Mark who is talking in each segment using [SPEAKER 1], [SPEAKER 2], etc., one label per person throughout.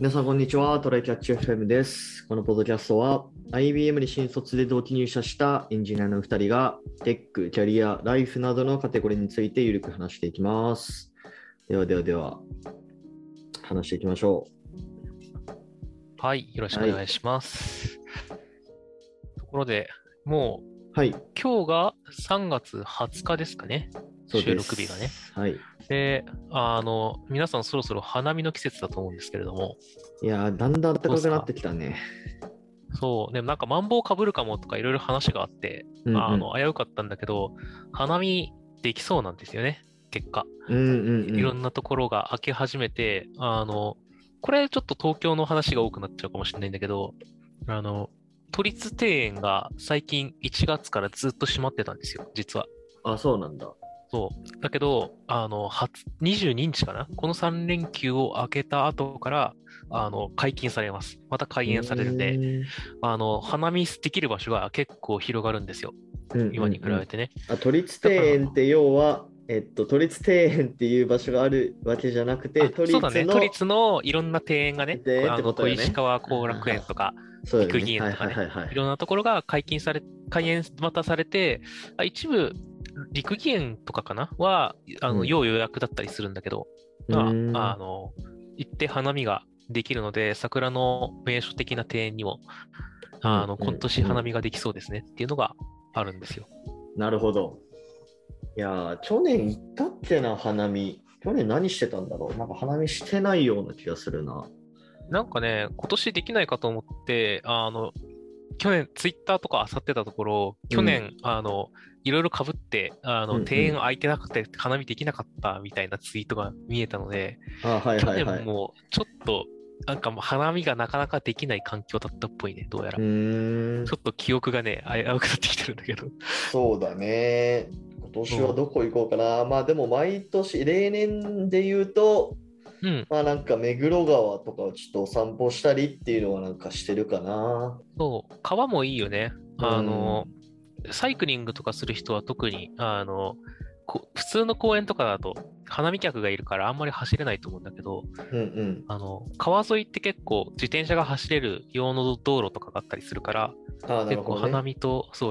[SPEAKER 1] 皆さん、こんにちは。トライキャッチ FM です。このポッドキャストは IBM に新卒で同期入社したエンジニアの2人がテック、キャリア、ライフなどのカテゴリーについてゆるく話していきます。では、話していきましょ
[SPEAKER 2] はい、よろしくお願いします。ところで、もう
[SPEAKER 1] う。はい、
[SPEAKER 2] 今日が3月20日ですかね、収
[SPEAKER 1] そうです。
[SPEAKER 2] 録日がね。
[SPEAKER 1] はい。
[SPEAKER 2] で、皆さんそろそろ花見の季節だと思うんですけれども、
[SPEAKER 1] いやー、だんだん暖かくなっ
[SPEAKER 2] どうですか？
[SPEAKER 1] てきたね。
[SPEAKER 2] そう、でもなんかマンボウかぶるかもとかいろいろ話があって、
[SPEAKER 1] うんうん。
[SPEAKER 2] 危うかったんだけど、花見できそうなんですよね、結果。
[SPEAKER 1] うんうん
[SPEAKER 2] いろ
[SPEAKER 1] うん。
[SPEAKER 2] んなところが開け始めて、これちょっと東京の話が多くなっちゃうかもしれないんだけど、あの、都立庭園が最近1月からずっと閉まってたんですよ、実は。
[SPEAKER 1] あ、そうなんだ。
[SPEAKER 2] そう。だけど、22日かな、この3連休を明けた後から、解禁されます。また開
[SPEAKER 1] う
[SPEAKER 2] 園されるんで、
[SPEAKER 1] ーん。
[SPEAKER 2] 花見できる場所が結構広がるんですよ。
[SPEAKER 1] うんうん
[SPEAKER 2] 今に比
[SPEAKER 1] うん。
[SPEAKER 2] べてね。
[SPEAKER 1] あ、都立
[SPEAKER 2] だから、
[SPEAKER 1] 庭園って要は、都立庭園っていう場所があるわけじゃなくて、都
[SPEAKER 2] そうだね。都
[SPEAKER 1] 立の
[SPEAKER 2] 立のいろんな庭園がね、
[SPEAKER 1] 庭園ってこと
[SPEAKER 2] 小
[SPEAKER 1] よね。
[SPEAKER 2] 石川
[SPEAKER 1] はい
[SPEAKER 2] 後楽
[SPEAKER 1] はいはい。
[SPEAKER 2] 園とか、六
[SPEAKER 1] そうだよね。はいはい
[SPEAKER 2] 義園とかね、
[SPEAKER 1] はいはい。
[SPEAKER 2] いろんなところが開園またされて、一部、六義園とかかなは、
[SPEAKER 1] うん。
[SPEAKER 2] 要予約だったりするんだけど、
[SPEAKER 1] うーん。
[SPEAKER 2] 行って花見ができるので、桜の名所的な庭園にも、
[SPEAKER 1] うんう
[SPEAKER 2] 今
[SPEAKER 1] んうん。
[SPEAKER 2] 年花見ができそうですねっていうのがあるんですよ。
[SPEAKER 1] なるほど。いやー、去年行ったっけな、花見。去年何してたんだろう。なんか花見してないような気がするな。
[SPEAKER 2] なんかね、今年できないかと思って、去年、ツイッターとか漁ってたところ、
[SPEAKER 1] うん。
[SPEAKER 2] 去年、いろいろ被って、庭園
[SPEAKER 1] うんうん。
[SPEAKER 2] 空いてなくて花見できなかったみたいなツイートが見えたので、
[SPEAKER 1] あ、はい
[SPEAKER 2] 去
[SPEAKER 1] はいはい。
[SPEAKER 2] 年もちょっと、なんかもう花見がなかなかできない環境だったっぽいね、どうや
[SPEAKER 1] う
[SPEAKER 2] ら。
[SPEAKER 1] ーん。
[SPEAKER 2] ちょっと記憶がね、危うくなってきてるんだけど。
[SPEAKER 1] そうだね。今年は
[SPEAKER 2] そ
[SPEAKER 1] どこ行こうかな。まあでも毎年、例年で言うと、
[SPEAKER 2] う。うん。
[SPEAKER 1] まあなんか目黒川とかをちょっとお散歩したりっていうのはなんかしてるかな。
[SPEAKER 2] そう。川もいいよね。
[SPEAKER 1] うん。
[SPEAKER 2] サイクリングとかする人は特に、普通の公園とかだと花見客がいるからあんまり走れないと思うんだけど、
[SPEAKER 1] うんうん。
[SPEAKER 2] 川沿いって結構自転車が走れる用の道路とかがあったりするから、
[SPEAKER 1] ああ、なる
[SPEAKER 2] 結構花
[SPEAKER 1] ほどね。
[SPEAKER 2] 見と、そう、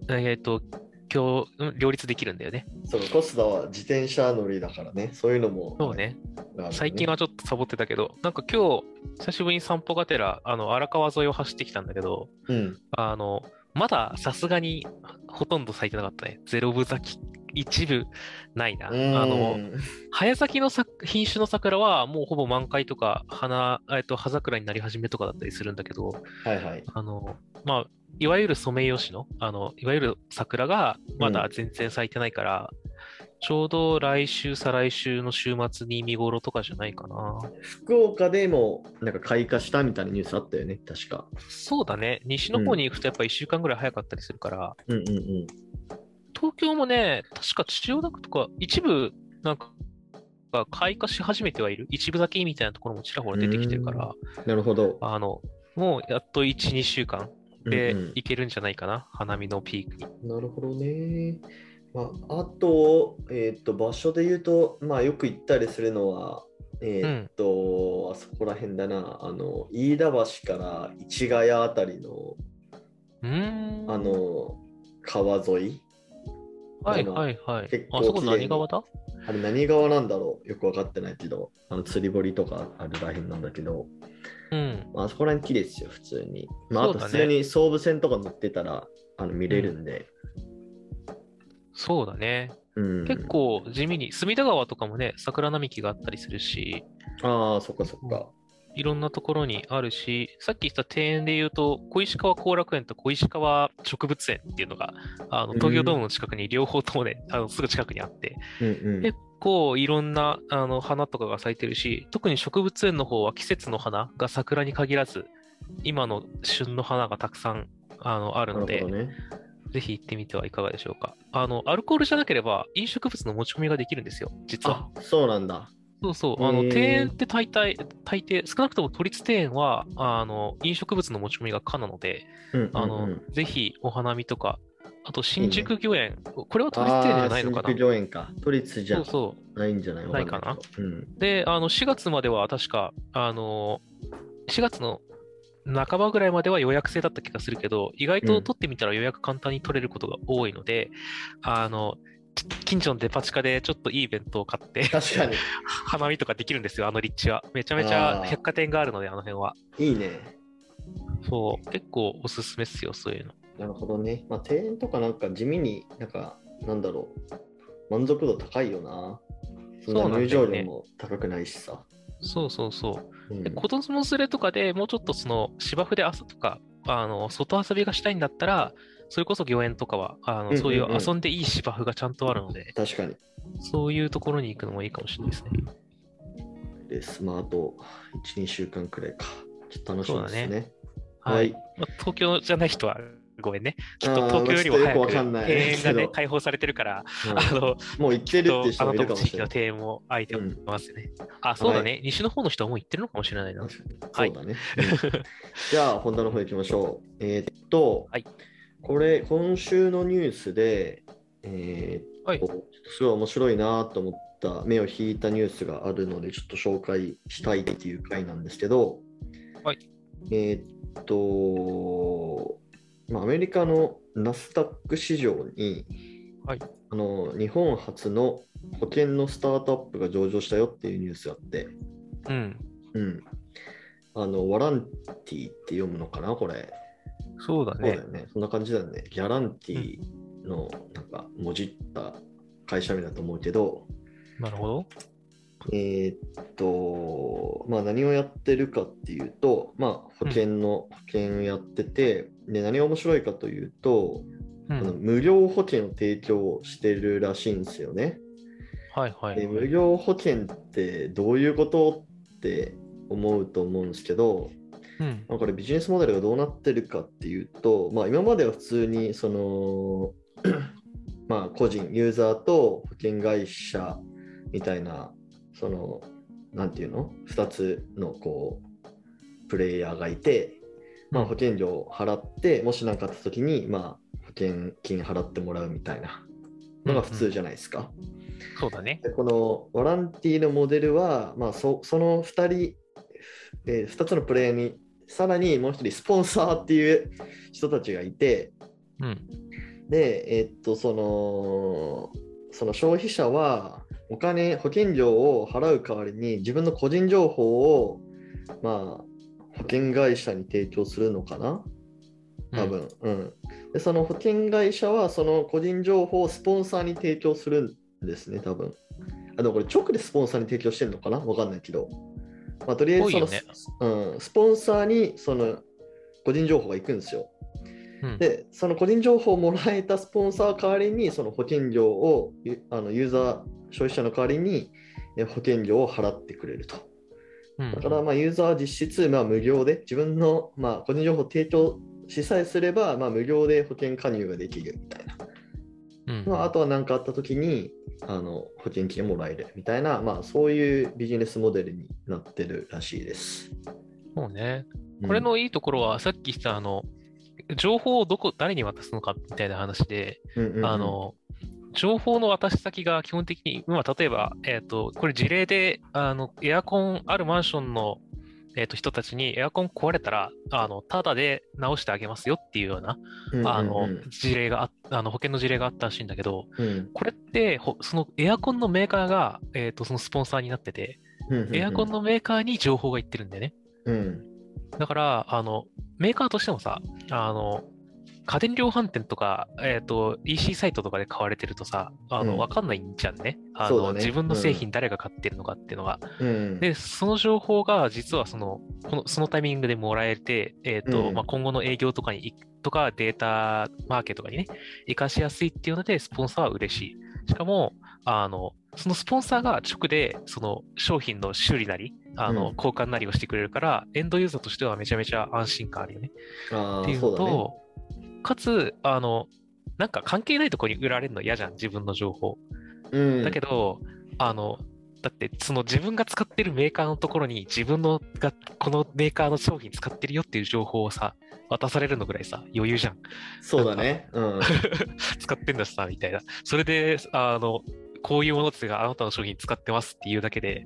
[SPEAKER 2] 両立できるんだよね。
[SPEAKER 1] そう、コスダは自転車乗りだからね。そういうのも
[SPEAKER 2] そうね。
[SPEAKER 1] あるよね。
[SPEAKER 2] 最近はちょっとサボってたけど、なんか今日、久しぶりに散歩がてら、荒川沿いを走ってきたんだけど、
[SPEAKER 1] うん。
[SPEAKER 2] あの、まださすがにほとんど咲いてなかったね。ゼロ分咲き、一部ない
[SPEAKER 1] う
[SPEAKER 2] な。
[SPEAKER 1] ーん。
[SPEAKER 2] 早咲きの品種の桜はもうほぼ満開とか、葉桜になり始めとかだったりするんだけど、
[SPEAKER 1] はいはい。
[SPEAKER 2] まあ、いわゆるソメイヨシノ、いわゆる桜がまだ
[SPEAKER 1] うん。
[SPEAKER 2] 全然咲いてないから、ちょうど来週、再来週の週末に見頃とかじゃないかな。
[SPEAKER 1] 福岡でもなんか開花したみたいなニュースあったよね。確か。
[SPEAKER 2] そうだね。西の方
[SPEAKER 1] うん。
[SPEAKER 2] に行くとやっぱ1週間ぐらい早かったりするから、
[SPEAKER 1] うんうん
[SPEAKER 2] 東京もね、確か千代田区とか一部なんか開花し始めてはいる。一部だけみたいなところもちらほら
[SPEAKER 1] うん。
[SPEAKER 2] 出てきてるか
[SPEAKER 1] うーん。
[SPEAKER 2] ら、
[SPEAKER 1] なるほど。
[SPEAKER 2] もうやっと1、2週間
[SPEAKER 1] うん
[SPEAKER 2] で
[SPEAKER 1] う
[SPEAKER 2] 行けるんじゃないかな。花見のピークに。
[SPEAKER 1] ん。なるほどね。まあ、あと、場所で言うと、まあ、よく行ったりするのは、
[SPEAKER 2] うん。
[SPEAKER 1] あそこら辺だな、飯田橋から市ヶ谷あたりの、
[SPEAKER 2] うー
[SPEAKER 1] あ
[SPEAKER 2] ん。
[SPEAKER 1] の、川沿い
[SPEAKER 2] はい
[SPEAKER 1] が、まあ、
[SPEAKER 2] はいはい。あそこ
[SPEAKER 1] 結構綺麗に、
[SPEAKER 2] 何川だ？
[SPEAKER 1] あれ何川なんだろうよくわかってないけど、釣り堀とかあるらへんなんだけど、
[SPEAKER 2] うん。
[SPEAKER 1] まあそこら辺綺麗ですよ、普通に。まあ、あと普通
[SPEAKER 2] そうだね。
[SPEAKER 1] に総武線とか乗ってたら、見
[SPEAKER 2] うん。
[SPEAKER 1] れるんで、
[SPEAKER 2] そうだね。
[SPEAKER 1] うん。
[SPEAKER 2] 結構地味に、隅田川とかもね、桜並木があったりするし、
[SPEAKER 1] ああ、そっかそっ
[SPEAKER 2] うん、
[SPEAKER 1] か。
[SPEAKER 2] いろんなところにあるし、さっき言った庭園で言うと、小石川後楽園と小石川植物園っていうのが、東京ドーム
[SPEAKER 1] うん。
[SPEAKER 2] の近くに両方ともね、すぐ近くにあって、
[SPEAKER 1] うんうん。
[SPEAKER 2] 結構いろんな、花とかが咲いてるし、特に植物園の方は季節の花が桜に限らず、今の旬の花がたくさん、ある
[SPEAKER 1] な
[SPEAKER 2] ので、
[SPEAKER 1] るほどね。
[SPEAKER 2] ぜひ行ってみてはいかがでしょうか。アルコールじゃなければ飲食物の持ち込みができるんですよ、実は。
[SPEAKER 1] あ、そうなんだ。
[SPEAKER 2] そうそう、庭園っ
[SPEAKER 1] えー、
[SPEAKER 2] て大抵、少なくとも都立庭園は、飲食物の持ち込みが可なので、
[SPEAKER 1] うんうんうん。
[SPEAKER 2] ぜひお花見とか、あと新
[SPEAKER 1] いいね。
[SPEAKER 2] 宿御苑、これは都立庭園
[SPEAKER 1] ああ、
[SPEAKER 2] じゃないの
[SPEAKER 1] 新宿
[SPEAKER 2] かな？
[SPEAKER 1] 御苑か。都立じゃ
[SPEAKER 2] そうそ
[SPEAKER 1] ないんじゃない
[SPEAKER 2] う、
[SPEAKER 1] わ
[SPEAKER 2] ないかな。
[SPEAKER 1] かんないけど。うん。
[SPEAKER 2] で、4月までは確か、 4月の半ばぐらいまでは予約制だった気がするけど、意外と取ってみたら予約簡単に取れることが多いので、近所のデパ地下でちょっといい弁当を買って
[SPEAKER 1] 確かに。
[SPEAKER 2] 花見とかできるんですよ、あの立地は。めちゃめちゃ百貨店があるので、あの辺は。
[SPEAKER 1] いいね。
[SPEAKER 2] そう、結構おすすめっすよ、そういうの。
[SPEAKER 1] なるほどね。まあ、庭園とかなんか地味になんだろう。満足度高いよな。そんな入場料も高くないしさ。
[SPEAKER 2] そうそうそう。
[SPEAKER 1] うん
[SPEAKER 2] で、子供連れとかでもうちょっとその芝生で遊ぶとか、外遊びがしたいんだったら、それこそ御苑とかは、そういう遊んでいい芝生がちゃんとあるので、
[SPEAKER 1] 確かに。
[SPEAKER 2] そういうところに行くのもいいかもしれないですね。
[SPEAKER 1] です。まあ、あと1、2週間くらいか。ちょっと楽しみですね。
[SPEAKER 2] そうだね。
[SPEAKER 1] は
[SPEAKER 2] はいい。まあ東京じゃない人はごめんね。きっと
[SPEAKER 1] あー
[SPEAKER 2] 東京よりも早く
[SPEAKER 1] まあちょっとよくわかんない
[SPEAKER 2] 庭園がね、
[SPEAKER 1] けど
[SPEAKER 2] 開放されてるから、
[SPEAKER 1] うんもう行ってるっていう人もい
[SPEAKER 2] あなたの
[SPEAKER 1] るかもしれない。
[SPEAKER 2] 地域の庭園も空いてますね。あ、そうだね。西の方の人はもう行ってるのかもしれないな。
[SPEAKER 1] 確かに
[SPEAKER 2] はい
[SPEAKER 1] そうだね。うんじゃあ、本題の方行きましょう。
[SPEAKER 2] はい
[SPEAKER 1] これ、今週のニュースで、
[SPEAKER 2] はい。
[SPEAKER 1] ちょっとすごい面白いなと思った目を引いたニュースがあるので、ちょっと紹介したいっていう回なんですけど、
[SPEAKER 2] はい。
[SPEAKER 1] アメリカのナスダック市場に、
[SPEAKER 2] はい。
[SPEAKER 1] 日本初の保険のスタートアップが上場したよっていうニュースがあって、
[SPEAKER 2] うん。
[SPEAKER 1] うん。ワランティって読むのかな、これ。
[SPEAKER 2] そうだね
[SPEAKER 1] そうだよ。ね。そんな感じだよね。ギャランティのなんかもじった会社名だと思うけど、
[SPEAKER 2] なるほど。
[SPEAKER 1] 何をやってるかっていうと、保険をやってて、で、何が面白いかというと、無料保険を提供してるらしいんですよね。
[SPEAKER 2] はいはい、
[SPEAKER 1] で、無料保険ってどういうことって思うと思うんですけど、これビジネスモデルがどうなってるかっていうと、今までは普通にその個人、ユーザーと保険会社みたいな、なんていうの ?2 つのプレイヤーがいて、保険料を払って、もし何かあった時に、保険金払ってもらうみたいなのが普通じゃないですか。
[SPEAKER 2] そうだね。
[SPEAKER 1] でこのワランティのモデルは、その2つのプレイヤーにさらにもう一人スポンサーっていう人たちがいて、で、その消費者は保険料を払う代わりに自分の個人情報を、保険会社に提供するのかな多分、でその保険会社はその個人情報をスポンサーに提供するんですね、多分。でもこれ直でスポンサーに提供してるのかなわかんないけど。とりあえずスポンサーにその個人情報が行くんですよ。で、その個人情報をもらえたスポンサー代わりにその保険料をユーザー、消費者の代わりに保険料を払ってくれると。だからユーザーは実質無料で自分の個人情報を提供しさえすれば無料で保険加入ができるみたいな。あとは何かあった時に保険金をもらえるみたいな、そういうビジネスモデルになってるらしいです。
[SPEAKER 2] そうね。これのいいところは、さっき言った情報を誰に渡すのかみたいな話で、情報の渡し先が基本的に、例えば、これ事例で、エアコンあるマンションの、人たちにエアコン壊れたら、タダで直してあげますよっていうような、事例が保険の事例があったらしいんだけど、これって、そのエアコンのメーカーが、そのスポンサーになってて、エアコンのメーカーに情報がいってるんだよね。だから、メーカーとしてもさ、家電量販店とか、EC サイトとかで買われてるとさ、わかんないんじゃんね。自分の製品誰が買ってるのかっていうのが。で、その情報が実はそのタイミングでもらえて、今後の営業とかとかデータマーケットとかにね、活かしやすいっていうので、スポンサーは嬉しい。しかも、そのスポンサーが直でその商品の修理なり、交換なりをしてくれるから、エンドユーザーとしてはめちゃめちゃ安心感あるよね。っていうのと、かつ、なんか関係ないところに売られるの嫌じゃん、自分の情報。だけど、だってその自分が使ってるメーカーのところに自分がこのメーカーの商品使ってるよっていう情報をさ、渡されるのぐらいさ、余裕じゃん。
[SPEAKER 1] そうだね。
[SPEAKER 2] 使ってんだしさ、みたいな。それで、こういうものですがあなたの商品使ってますっていうだけで、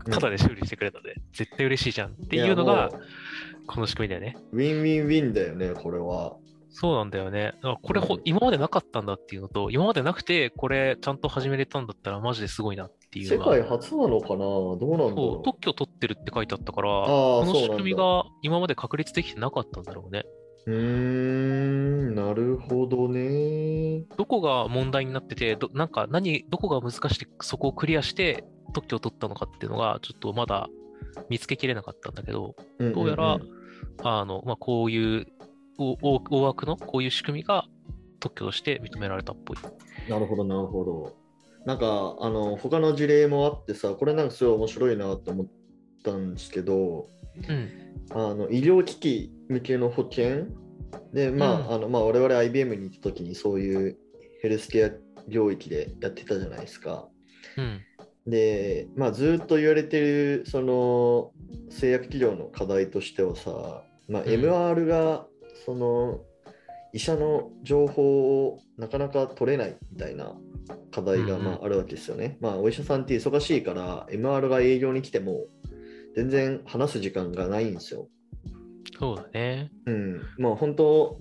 [SPEAKER 2] ただで修理してくれたので、絶対嬉しいじゃんっていうのが、この仕組みだよね。
[SPEAKER 1] ウィンウィンウィンだよね、これは。
[SPEAKER 2] そうなんだよね。だからこれ今までなかったんだっていうのと、今までなくて、これちゃんと始めれたんだったら、マジですごいなっていう
[SPEAKER 1] 世
[SPEAKER 2] のが。
[SPEAKER 1] 界初なのかな、どうなんだ
[SPEAKER 2] そう、
[SPEAKER 1] ろ
[SPEAKER 2] 特許取ってるって書いてあったから、
[SPEAKER 1] あー
[SPEAKER 2] この仕
[SPEAKER 1] そうなんだ
[SPEAKER 2] 組みが今まで確立できてなかったんだろうね。
[SPEAKER 1] う。なるほどね。
[SPEAKER 2] どこが問題になってて、なんかどこが難しくて、そこをクリアして特許を取ったのかっていうのが、ちょっとまだ見つけきれなかったんだけど、どうやら、こういう大枠のこういう仕組みが特許として認められたっぽい。
[SPEAKER 1] なるほど、なるほど。なんか、他の事例もあってさ、これなんかすごい面白いなと思ったんですけど、
[SPEAKER 2] うん。
[SPEAKER 1] 医療機器向けの保険で、我々 IBM に行った時にそういうヘルスケア領域でやってたじゃないですか。
[SPEAKER 2] うん。
[SPEAKER 1] で、ずっと言われてるその製薬企業の課題としてはさ、MR がその医者の情報をなかなか取れないみたいな課題があるわけですよね。お医者さんって忙しいから MR が営業に来ても全然話す時間がないんですよ。
[SPEAKER 2] そうだね。
[SPEAKER 1] もう本当、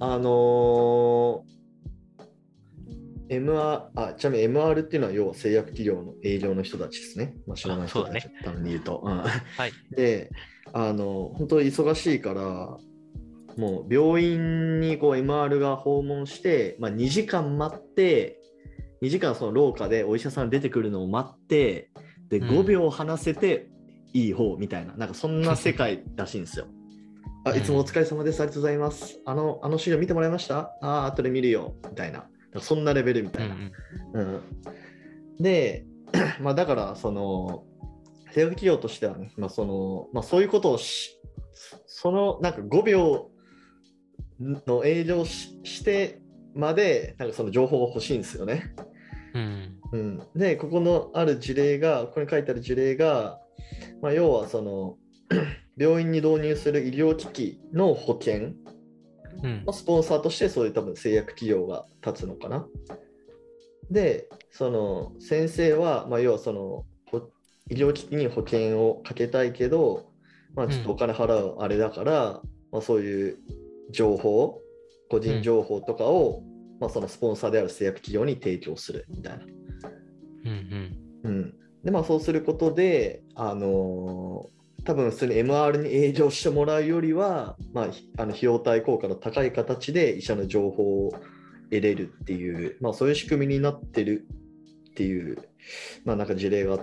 [SPEAKER 1] ちなみに MR っていうのは要は製薬企業の営業の人たちですね。知らない人たちために言うと。
[SPEAKER 2] はい。
[SPEAKER 1] で、本当忙しいから、もう病院にMR が訪問して、2時間待って、2時間その廊下でお医者さん出てくるのを待って、で、5秒話せていい方みたいな、なんかそんな世界らしいんですよ。いつもお疲れ様です、ありがとうございます。あの資料見てもらいました？後で見るよ、みたいな。そんなレベルみたいな。で、だから、その、製薬企業としてはね、そういうことをなんか5秒の営業してまで、なんかその情報が欲しいんですよね。で、ここのある事例が、ここに書いてある事例が、要はその、病院に導入する医療機器の保険のスポンサーとしてそういう多分製薬企業が立つのかな。で、その先生は、要はその医療機器に保険をかけたいけど、ちょっとお金払うあれだから、そういう情報、個人情報とかを、そのスポンサーである製薬企業に提供するみたいな。で、そうすることで、多分普通に MR に営業してもらうよりは、費用対効果の高い形で医者の情報を得れるっていう、そういう仕組みになってるっていう、なんか事例があって、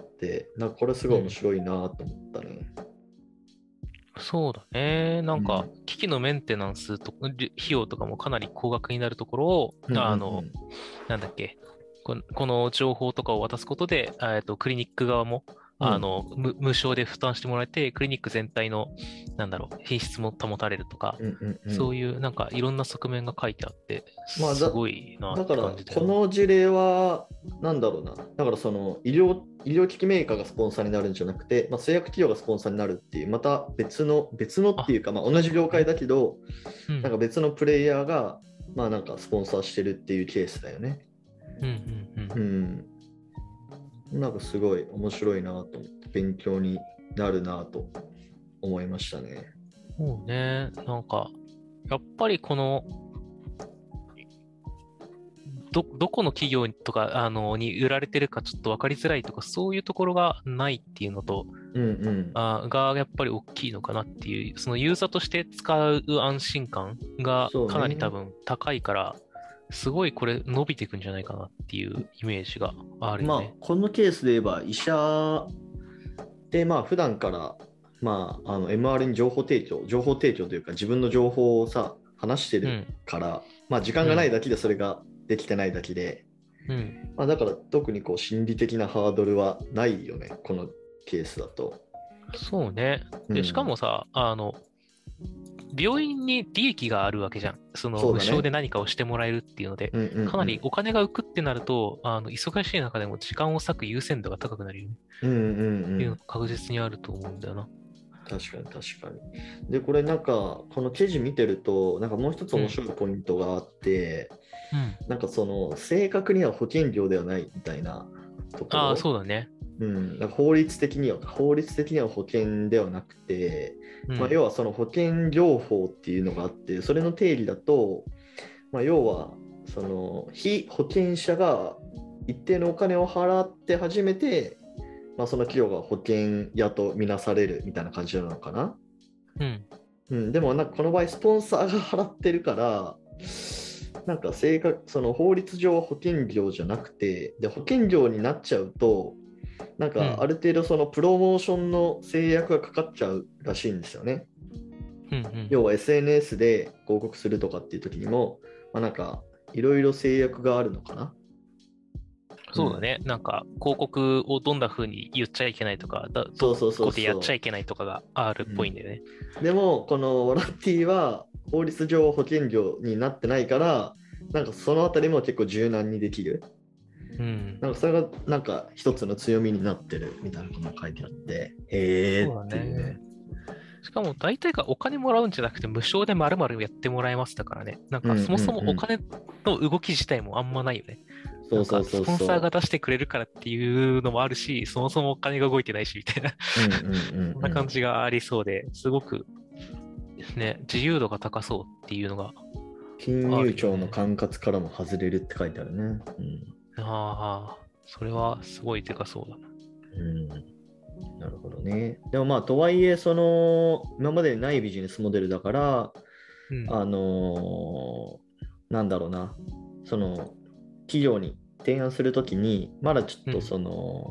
[SPEAKER 1] なんかこれすごい面白いなと思ったね。
[SPEAKER 2] そうだね。なんか、機器のメンテナンスと費用とかもかなり高額になるところを、なんだっけ、この情報とかを渡すことで、クリニック側も、無償で負担してもらえて、クリニック全体の、品質も保たれるとか、そういうなんかいろんな側面が書いてあって、すごいなって感じ
[SPEAKER 1] だから、この事例は、だからその医療機器メーカーがスポンサーになるんじゃなくて、製薬企業がスポンサーになるっていう、また別のっていうか、同じ業界だけど、なんか別のプレイヤーが、なんかスポンサーしてるっていうケースだよね。なんかすごい面白いなと思って、勉強になるなと思いましたね。
[SPEAKER 2] もうね、なんか、やっぱりこの、どこの企業とかに売られてるかちょっと分かりづらいとか、そういうところがないっていうのと、がやっぱり大きいのかなっていう、そのユーザーとして使う安心感がかなり多分高いから、すごいこれ伸びていくんじゃないかなっていうイメージがあるよね。
[SPEAKER 1] このケースで言えば医者で普段からMR に情報提供というか自分の情報をさ話してるから、時間がないだけでそれができてないだけで、だから特に心理的なハードルはないよね、このケースだと。
[SPEAKER 2] そうね。でしかもさ、病院に利益があるわけじゃん。その無償で何かをしてもらえるっていうので、かなりお金が浮くってなると、忙しい中でも時間を割く優先度が高くなるよね。っていうのが確実にあると思うんだよな。
[SPEAKER 1] 確かに。で、これなんか、この記事見てると、なんかもう一つ面白いポイントがあって、なんかその、正確には保険料ではないみたいなところ。
[SPEAKER 2] そうだね。
[SPEAKER 1] うん、だから法律的には保険ではなくて、要はその保険業法っていうのがあって、それの定義だと、要はその被保険者が一定のお金を払って初めて、その企業が保険屋とみなされるみたいな感じなのかな。でもなんかこの場合スポンサーが払ってるから、なんかその法律上は保険業じゃなくて、で保険業になっちゃうと、なんかある程度そのプロモーションの制約がかかっちゃうらしいんですよね。要は SNS で広告するとかっていう時にも、なんかいろいろ制約があるのかな。
[SPEAKER 2] そうだね。なんか広告をどんな風に言っちゃいけないとか、どこでやっちゃいけないとかがあるっぽいんだよね。
[SPEAKER 1] でもこのワランティは法律上保険業になってないから、なんかそのあたりも結構柔軟にできる。なんかそれがなんか一つの強みになってるみたいなことが書いてあって、へーっていうね。
[SPEAKER 2] しかも大体がお金もらうんじゃなくて無償で丸々やってもらえますだからね。なんかそもそもお金の動き自体もあんまないよね。
[SPEAKER 1] そう
[SPEAKER 2] スポンサーが出してくれるからっていうのもあるし、そもそもお金が動いてないしみたいなそんな感じがありそうで、すごくね、自由度が高そうっていうのが、
[SPEAKER 1] 金融庁の管轄からも外れるって書いてあるね。
[SPEAKER 2] ああ、それはすごいでかそうだな。
[SPEAKER 1] なるほどね。でもとはいえ、その今までにないビジネスモデルだから、なんだろうな、その企業に提案するときに、まだちょっとその、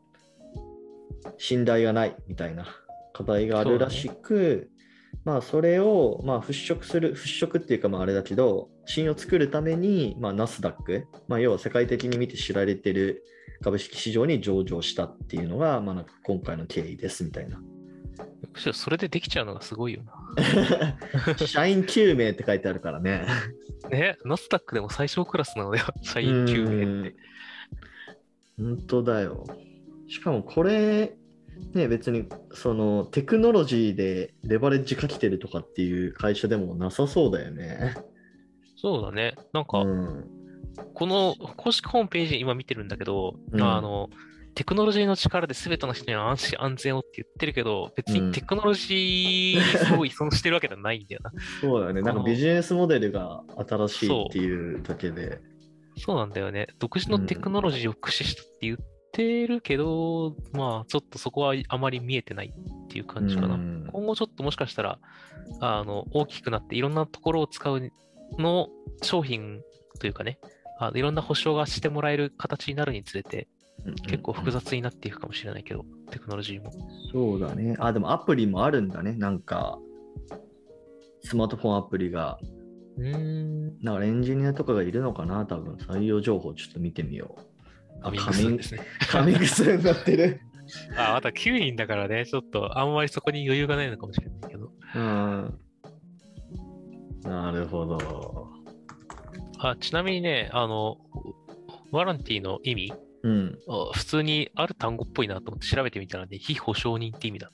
[SPEAKER 1] 信頼がないみたいな課題があるらしく、それを払拭っていうかあれだけど、信用を作るために、ナスダック、要は世界的に見て知られてる株式市場に上場したっていうのが、なんか今回の経緯ですみたいな。
[SPEAKER 2] むしろそれでできちゃうのがすごいよな。
[SPEAKER 1] 社員9名って書いてあるからね。
[SPEAKER 2] ね、ナスダックでも最小クラスなので、社員9名って。
[SPEAKER 1] 本当だよ。しかもこれ、ね、別にそのテクノロジーでレバレッジかけてるとかっていう会社でもなさそうだよね。
[SPEAKER 2] そうだね。なんか、この公式ホームページ今見てるんだけど、テクノロジーの力で全ての人に安心安全をって言ってるけど、別にテクノロジーにすごい依存してるわけじゃないんだよな。
[SPEAKER 1] そうだよね。なんかビジネスモデルが新しいっていうだけで。
[SPEAKER 2] そうなんだよね。独自のテクノロジーを駆使したって言ってるけど、ちょっとそこはあまり見えてないっていう感じかな。今後ちょっともしかしたら、大きくなっていろんなところを使うの商品というかね、いろんな保証がしてもらえる形になるにつれて、結構複雑になっていくかもしれないけど、テクノロジーも。
[SPEAKER 1] そうだね。でもアプリもあるんだね。なんか、スマートフォンアプリが。だからエンジニアとかがいるのかな、多分。採用情報ちょっと見てみよう。
[SPEAKER 2] カミングスーンですね。
[SPEAKER 1] カミングスーンになってる。
[SPEAKER 2] また9人だからね、ちょっとあんまりそこに余裕がないのかもしれないけど。
[SPEAKER 1] なるほど。
[SPEAKER 2] ちなみにね、ワランティの意味、普通にある単語っぽいなと思って調べてみたらね、非保証人って意味だった。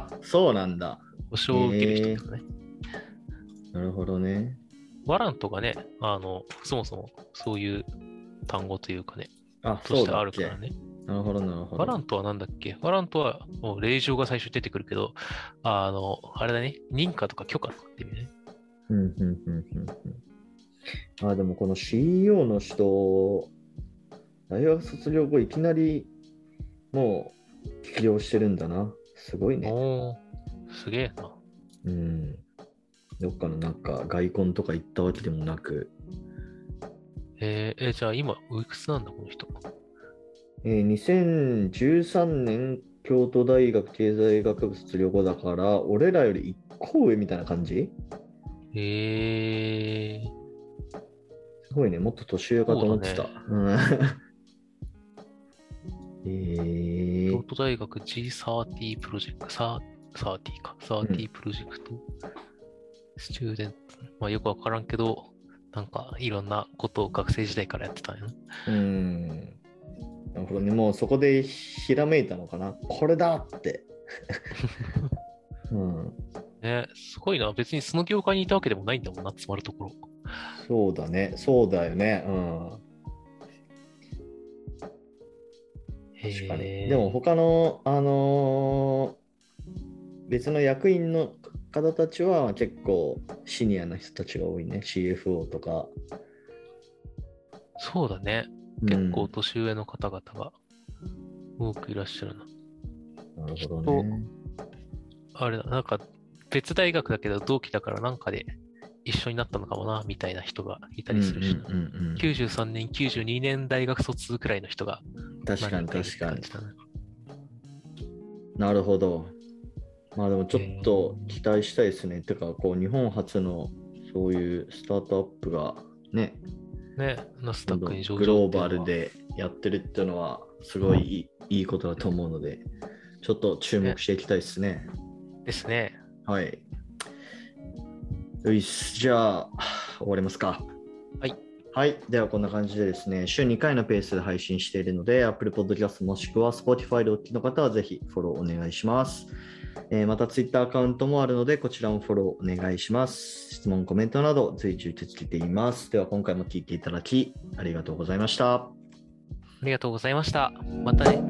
[SPEAKER 1] そうなんだ。
[SPEAKER 2] 保証を受ける人ですね。
[SPEAKER 1] なるほどね。
[SPEAKER 2] ワラントがね、そもそもそういう単語というかね、
[SPEAKER 1] として
[SPEAKER 2] あるからね。
[SPEAKER 1] なるほど、なるほど。
[SPEAKER 2] ワラントはなんだっけ？ワラントはもう令状が最初に出てくるけど、あれだね、認可とか許可とかって意味ね。
[SPEAKER 1] でもこの CEO の人、大学卒業後いきなりもう起業してるんだな。すごいね。
[SPEAKER 2] すげえな。
[SPEAKER 1] どっかのなんか外婚とか行ったわけでもなく。
[SPEAKER 2] じゃあ今、おいくつなんだ、この人。
[SPEAKER 1] 2013年京都大学経済学部卒業後だから、俺らより1個上みたいな感じ？すごいね、もっと年上かと思ってた。
[SPEAKER 2] 京都大学 G30 プロジェクト、30プロジェクト、スチューデント、よくわからんけど、なんかいろんなことを学生時代からやってたんやな。
[SPEAKER 1] なるほどね、もうそこでひらめいたのかな。これだって。
[SPEAKER 2] すごいな。別にその業界にいたわけでもないんだもんな、つまるところ。
[SPEAKER 1] そうだね、そうだよね。 確かに。
[SPEAKER 2] へー
[SPEAKER 1] でも他の、別の役員の方たちは結構シニアな人たちが多いね。CFO とか。
[SPEAKER 2] そうだね。結構年上の方々が多くいらっしゃるな。
[SPEAKER 1] なるほど
[SPEAKER 2] と、
[SPEAKER 1] ね。
[SPEAKER 2] あれだ、なんか別大学だけど同期だからなんかで一緒になったのかもな、みたいな人がいたりするしな。93年、92年大学卒くらいの人が
[SPEAKER 1] 確かに
[SPEAKER 2] 何人かいるって
[SPEAKER 1] 確かに。
[SPEAKER 2] 感じだな。
[SPEAKER 1] なるほど。まあでもちょっと期待したいですね。てか、こう日本初のそういうスタートアップがね、
[SPEAKER 2] ね、ナスダ
[SPEAKER 1] 今度
[SPEAKER 2] ックに上
[SPEAKER 1] グロー
[SPEAKER 2] 場っていうのは。
[SPEAKER 1] バルでやってるっていうのはすごいいいことだと思うので、ちょっと注目していきたいですね。
[SPEAKER 2] ですね。
[SPEAKER 1] はい。よいし、じゃあ終わりますか。
[SPEAKER 2] はい。
[SPEAKER 1] はい。ではこんな感じでですね、週2回のペースで配信しているので、Apple Podcast もしくは Spotify でお聞きの方はぜひフォローお願いします。また Twitter アカウントもあるので、こちらもフォローお願いします。質問、コメントなど随時受け付けています。では今回も聞いていただきありがとうございました。
[SPEAKER 2] ありがとうございました。またね。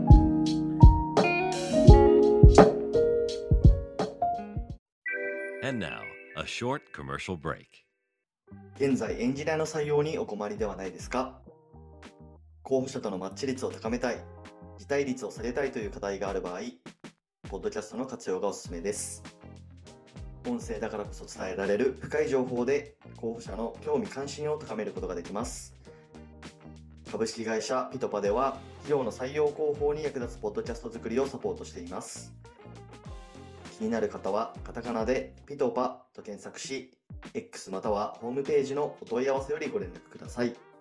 [SPEAKER 3] And now, a short commercial break.
[SPEAKER 1] 現在、エンジニアの採用にお困りではないですか？候補者とのマッチ率を高めたい、辞退率を下げたいという課題がある場合、ポッドキャストの活用がおすすめです。音声だからこそ伝えられる深い情報で候補者の興味関心を高めることができます。株式会社ピトパでは企業の採用広報に役立つポッドキャスト作りをサポートしています。気になる方はカタカナでピトパと検索し、X またはホームページのお問い合わせよりご連絡ください。